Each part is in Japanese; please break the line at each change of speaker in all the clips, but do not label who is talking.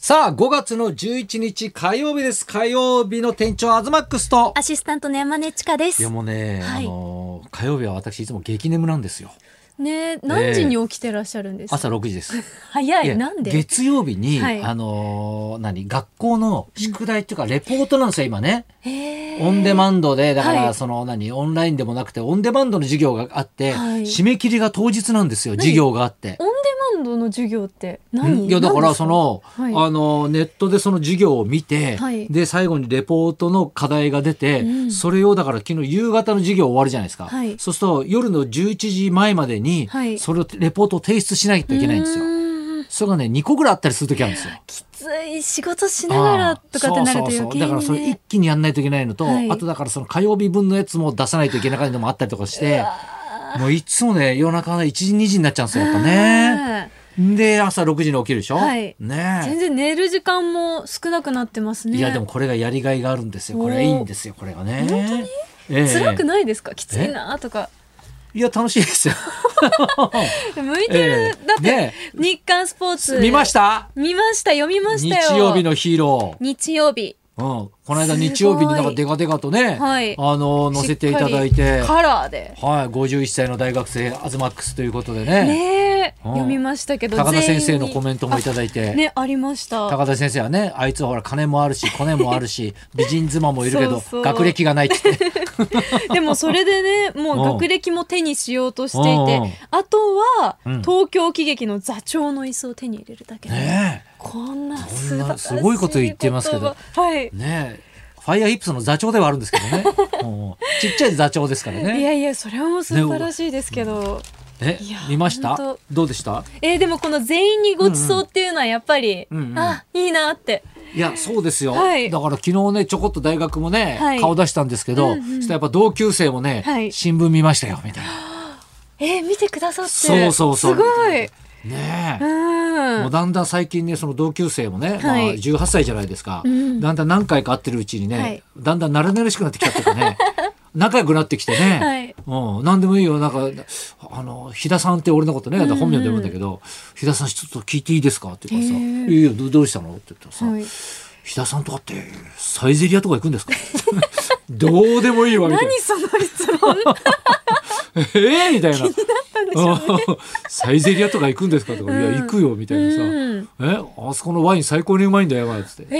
さあ5月の11日火曜日です。火曜日の店長アズマックスと
アシスタントの山根千佳です。
いやもうね、
はい
火曜日は私いつも激眠なんですよ。
ね、何時に起きてらっしゃるんですか？
朝6時です。
早い。なんで？
月曜日に、
はい
学校の宿題っていうかレポートなんですよ、今ね。オンデマンドでだから、
はい
オンラインでもなくてオンデマンドの授業があって、
はい、
締め切りが当日なんですよ。授業があって。
オンデマンドの授業って何？
いやだから
はい、
ネットでその授業を見て、
はい、
で最後にレポートの課題が出て、それをだから昨日夕方の授業終わるじゃないですか、はい、そうすると夜の11時前までに、それをレポートを提出しないといけないんですよ。それがね2個ぐらいあったりする時あるんですよ。
きつい。仕事しながらとかってなると余計にね。
だからそれ一気にやんないといけないのと、はい、あとだからその火曜日分のやつも出さないといけないのもあったりとかしてもういつもね夜中の1時2時になっちゃうんですよやっぱね。で朝6時に起きるでしょ、はい、ね、
全然寝る時間も少なくなってますね。
いやでもこれがやりがいがあるんですよ。これがいいんですよこれがね。
本当に、辛くないですか？きついなとか。
いや楽しいですよ
向いてる、だって、日刊スポーツ
見ました？
見ました。読みましたよ。
日曜日のヒーロー。
日曜日、
この間日曜日になんかデカデカとね、はい、載せていただいて
カラーで、
はい、51歳の大学生アズマックスということでね、
読みましたけど
高田先生のコメントもいただいて
ありました。
高田先生はね、あいつはほら金もあるしコネもあるし美人妻もいるけど学歴がないって言って
でもそれでね、もう学歴も手にしようとしていて、あとは東京喜劇の座長の椅子を手に入れるだけで、こんな
すごいこと言ってますけど、
はい
ね、ファイヤーヒップスの座長ではあるんですけどねちっちゃい座長ですからね。
いやいや、それはもう素晴らしいですけど、
見ました？どうでした？
でもこの全員にごちそうっていうのはやっぱり、いいなって。
いやそうですよ、はい、だから昨日ねちょこっと大学もね、はい、顔出したんですけど、そしたらやっぱ同級生もね、はい、新聞見ましたよみたいな。
見てくださって。
そう
すごい
ねえ、もうだんだん最近ねその同級生もね、18歳じゃないですか、だんだん何回か会ってるうちにね、だんだん慣れ慣れしくなってきちゃってね仲良くなってきてね、何でもいいよ、なんか飛田さんって俺のことね、本名で呼ぶんだけど、飛田さんちょっと聞いていいですかって言うからさ、いいよ、どうしたのって言ったらさ、飛田さんとかってサイゼリアとか行くんですかどうでもいいわみたいな。
何その質問
みたいな。気にな
ったんでしょうね
サイゼリアとか行くんですかとか、いや行くよみたいなさ、あそこのワイン最高にうまいんだよっつって、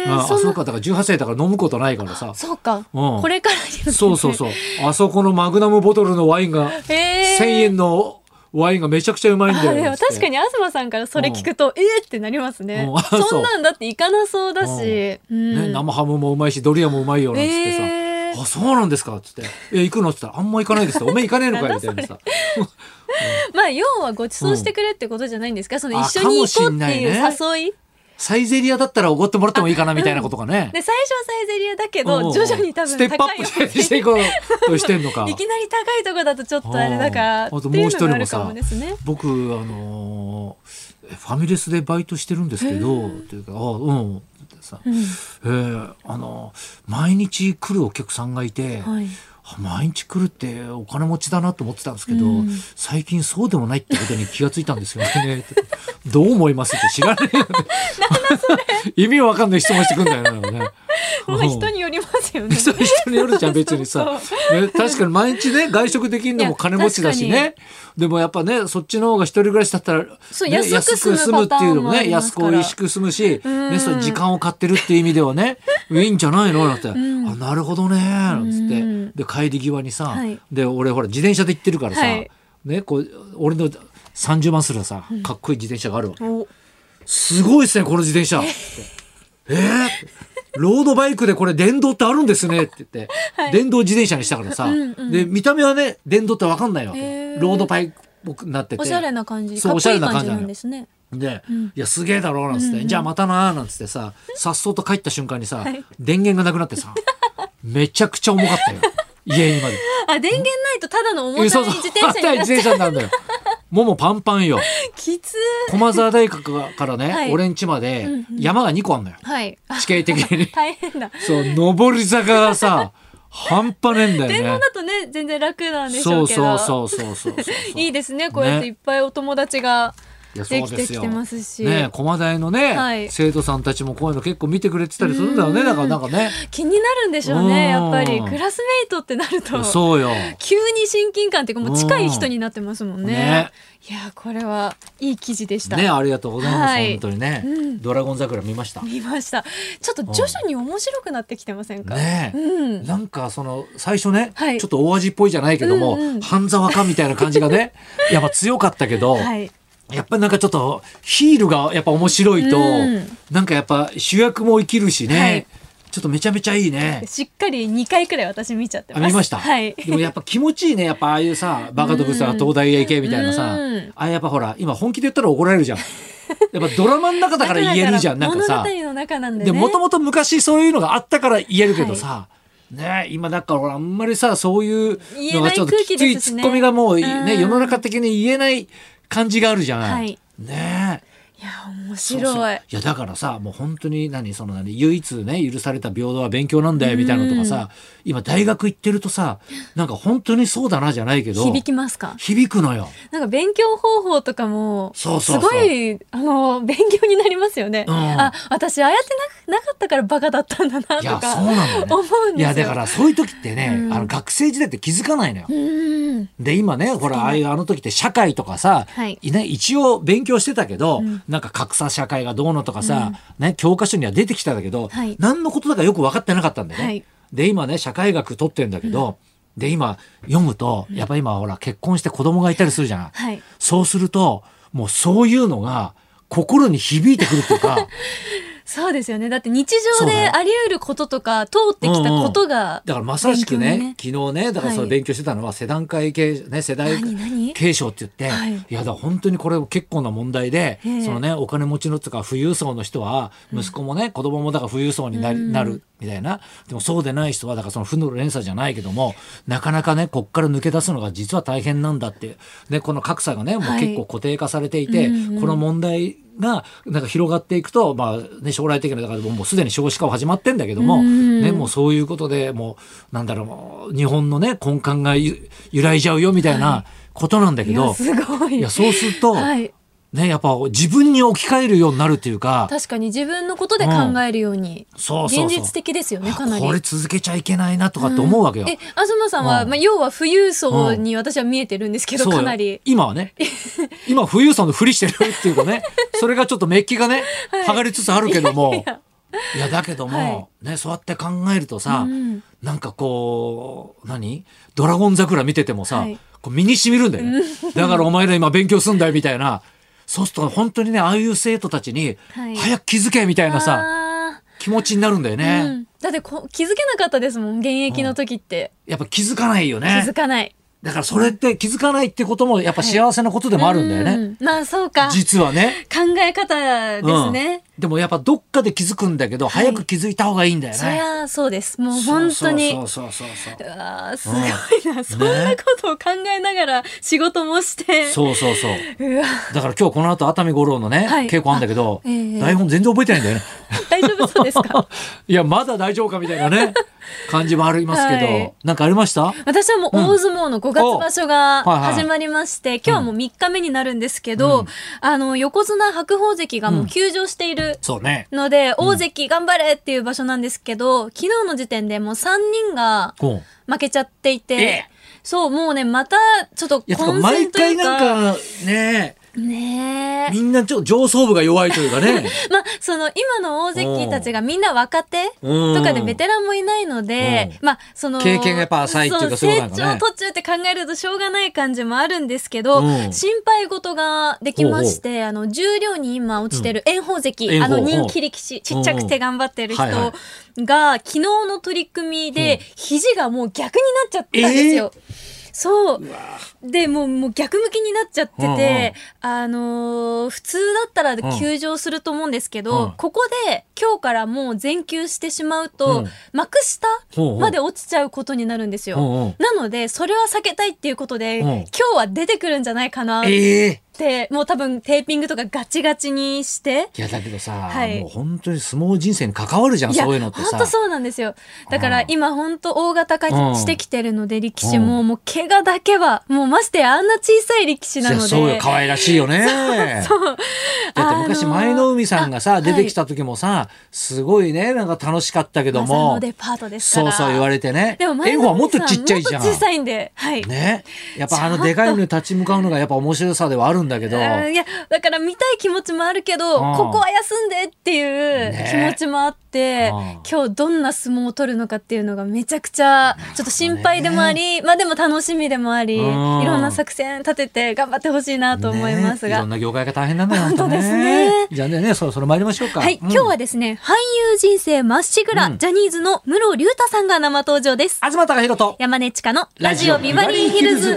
そうか、だから18歳だから飲むことないからさ、
そうか、これから
そうあそこのマグナムボトルのワインが1000円のワインがめちゃくちゃうまいんだよ。
でも確かに東さんからそれ聞くと、ってなりますね。そんなんだっていかなそうだし、
生ハムもうまいしドリアもうまいよなんつってさ、あそうなんですかっつって、行くのって言ったらあんま行かないですって、おめえ行かねえのかよみたいなさ
まあ要はご馳走してくれってことじゃないんですか、その一緒に行こうっていう誘い。
サイゼリアだったらおごってもらってもいいかなみたいなことがね、
で最初はサイゼリアだけど徐々に多分
ステップアップしていこうとしてんのか
いきなり高いとこだとちょっとあれだからっていうのがあるかもですね。
僕ファミレスでバイトしてるんですけどっていうか、さ、毎日来るお客さんがいて、毎日来るってお金持ちだなと思ってたんですけど、最近そうでもないってことに気がついたんですよねどう思いますって知らないよね意味わかんない質問してくんだよね
人によりますよね
人によるじゃん別にさ確かに毎日ね外食できるのも金持ちだしね。でもやっぱねそっちの方が一人暮らしだったら、安く住むっていうのもね、安く美味しく住むし、それ時間を買ってるっていう意味ではねいいんじゃないのなんて、なるほどねなんつって、で帰り際にさ、で俺ほら自転車で行ってるからさ、こう俺の30万するさかっこいい自転車があるわけ、すごいですねこの自転車ロードバイクでこれ電動ってあるんですねって言って、電動自転車にしたからさ、で見た目はね電動って分かんないわけ、ロードバイクっぽくなってて
おしゃれな感じ、
そうおしゃれな感じ
なんですね。
で、いやすげえだろうなんつって、じゃあまたなーなんつってさ、さっそうと帰った瞬間にさ、電源がなくなってさめちゃくちゃ重かったよ家にまで。
電源ないとただの重たい自転車になる
んだよももパンパンよ。
きつ
駒沢大学からね、俺ん家まで山が2個あんのよ、地形的に
大変だ。
そう上り坂がさ半端ねえんだよね。
電動だとね全然楽なんでしょうけど、
そういい
ですねこうやっていっぱいお友達ができてきてますし、
ね、駒大のね、
はい、
生徒さんたちもこういうの結構見てくれてたりするんだよね。だからなんかね
気になるんでしょうね。やっぱりクラスメイトってなると
そうよ、
急に親近感っていうかもう近い人になってますもんね。いやこれはいい記事でした
ね。ありがとうございます、
はい、
本当にね、ドラゴン桜見ました。
見ました。ちょっと徐々に面白くなってきてませんか
ね。なんかその最初ね、はい、ちょっと大味っぽいじゃないけども、半沢かみたいな感じがねやっぱ強かったけど、はい、やっぱりなんかちょっとヒールがやっぱ面白いと、なんかやっぱ主役も生きるしね、はい、ちょっとめちゃめちゃいいね。
しっかり2回くらい私見ちゃってます。
見ました、
はい、
でもやっぱ気持ちいいね。やっぱああいうさバカとブスは東大へ行けみたいなさ、あれやっぱほら今本気で言ったら怒られるじゃん。やっぱドラマの中だから言えるじゃん。なんかさ
物語の中なんでね。
でもともと昔そういうのがあったから言えるけどさ、はい、ね、今だからあんまりさそういうのがちょっときついツッコミがもう、ね、世の中的に言えない感じがあるじゃない、はい、ね。
いや面白い。
いやだからさもう本当に唯一ね許された平等は勉強なんだよみたいなのとかさ、今大学行ってるとさなんか本当にそうだなじゃないけど
響きますか。
響くのよ。
なんか勉強方法とかもすごい勉強になりますよね。あ私ああやってなかったからバカだったんだなとか。いやそうなのよ、ね、思うんですよ。
いやだからそういう時ってね、学生時代って気づかないのよ。で今ねほらあの時って社会とかさ、はい、ね、一応勉強してたけど、なんか格差社会がどうのとかさ、ね、教科書には出てきたんだけど、はい、何のことだかよく分かってなかったんだよね、はい、で今ね社会学取ってるんだけど、で今読むとやっぱ今ほら結婚して子供がいたりするじゃない、はい、そうするともうそういうのが心に響いてくるっていうか
そうですよね。だって日常であり得ることとか通ってきたことが、
だからまさしくね昨日ねだからそれ勉強してたのは世代継承って言って、はい、いやだから本当にこれ結構な問題で、そのねお金持ちのつか富裕層の人は息子もね、子供もだから富裕層になるみたいな。でもそうでない人はだからその負の連鎖じゃないけどもなかなかねこっから抜け出すのが実は大変なんだってでこの格差がねもう結構固定化されていて、この問題がなんか広がっていくと、まあね、将来的なだからもうすでに少子化は始まってんだけども、ね、もうそういうことでもうなんだろう日本のね根幹が揺らいじゃうよみたいなことなんだけど、
すごい。
いやそうすると、はいね、やっぱ自分に置き換えるようになるっていうか、
確かに自分のことで考えるように、現実的ですよね。かなり
これ続けちゃいけないなとかって思うわけよ。
東さんは、要は富裕層に私は見えてるんですけど、かなり
今はね今富裕層のふりしてるっていうかねそれがちょっとメッキがね、はい、剥がれつつあるけどもいやだけども、はいね、そうやって考えるとさ、なんかこうドラゴン桜見ててもさ、はいこう身に染みるんだよね。だからお前ら今勉強すんだよみたいな。そうすると本当にねああいう生徒たちに早く気づけみたいなさ、気持ちになるんだよね。
だって気づけなかったですもん現役の時って、
やっぱ気づかないよね。
気づかない。
だからそれって気づかないってこともやっぱ幸せなことでもあるんだよね。
まあそうか。
実はね。
考え方ですね。
でもやっぱどっかで気づくんだけど、早く気づいた方がいいんだよね。
そりゃそうです。もう本当に。
そう。
すごいな。そんなことを考えながら仕事もして。
そう。だから今日この後熱海五郎のね、稽古あるんだけど、台本全然覚えてないんだよね。
大丈夫そうですか？
いやまだ大丈夫かみたいなね感じもありますけど、なんかありました？
私はもう大相撲の5月場所が始まりまして、今日はもう3日目になるんですけど、横綱白鵬関がもう休場しているので、大関頑張れっていう場所なんですけど、昨日の時点でもう3人が負けちゃっていて、そうもうねまたちょっと混戦というか、
毎回なんかねみんな上層部が弱いというかね
まあその今の大関たちがみんな若手とかでベテランもいないので、まあその
経験がやっぱ浅いっていうか、
成長途中って考えるとしょうがない感じもあるんですけど、心配事ができまして、十両に今落ちてる炎鵬関、人気力士、ちっちゃくて頑張ってる人が昨日の取り組みで肘がもう逆になっちゃったんですよ。そうでもう逆向きになっちゃってて、普通だったら休場すると思うんですけど、ここで今日からもう全休してしまうと、幕下まで落ちちゃうことになるんですよ。なのでそれは避けたいっていうことで、今日は出てくるんじゃないかなってもう多分テーピングとかガチガチにして。
いやだけどさ、もう本当に相撲人生に関わるじゃん、そういうのってさ。
本当そうなんですよ。だから今本当大型化してきてるので、力士ももう怪我だけはもうましてあんな小さい力士なので。
そうよ、可愛らしいよね。そうだって昔舞の海さんがさ出てきた時もさ、すごいねなんか楽しかったけども、
デパートですから
そう言われてね。でも炎鵬はもっとちっちゃいじゃん。
もっと小さいんで、
ね、やっぱでかいのに立ち向かうのがやっぱ面白さではあるんだけど、
いやだから見たい気持ちもあるけど、ここは休んでっていう気持ちもあって、今日どんな相撲を取るのかっていうのがめちゃくちゃちょっと心配でもあり、まあでも楽しみでもあり、いろんな作戦立てて頑張ってほしいなと思いますが、
いろんな業界が大変なんだよ
本当ですね。
じゃあね、そろそろ参りましょうか。
はい、今日はですね、俳優人生まっしぐら、ジャニーズの室龍太さんが生登場です。
東貴博と
山根千佳のラジオビバリーヒルズ。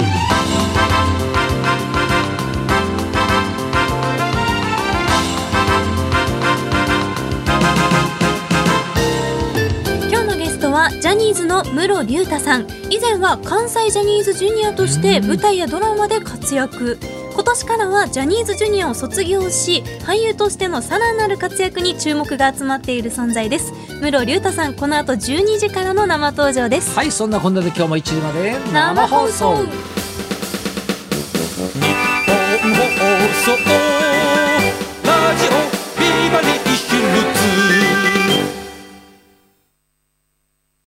ジャニーズの室龍太さん。以前は関西ジャニーズジュニアとして舞台やドラマで活躍。今年からはジャニーズジュニアを卒業し、俳優としてのさらなる活躍に注目が集まっている存在です。室龍太さん、この後12時からの生登場です。
はい、そんなこんなで今日も1時まで生放送。日本放送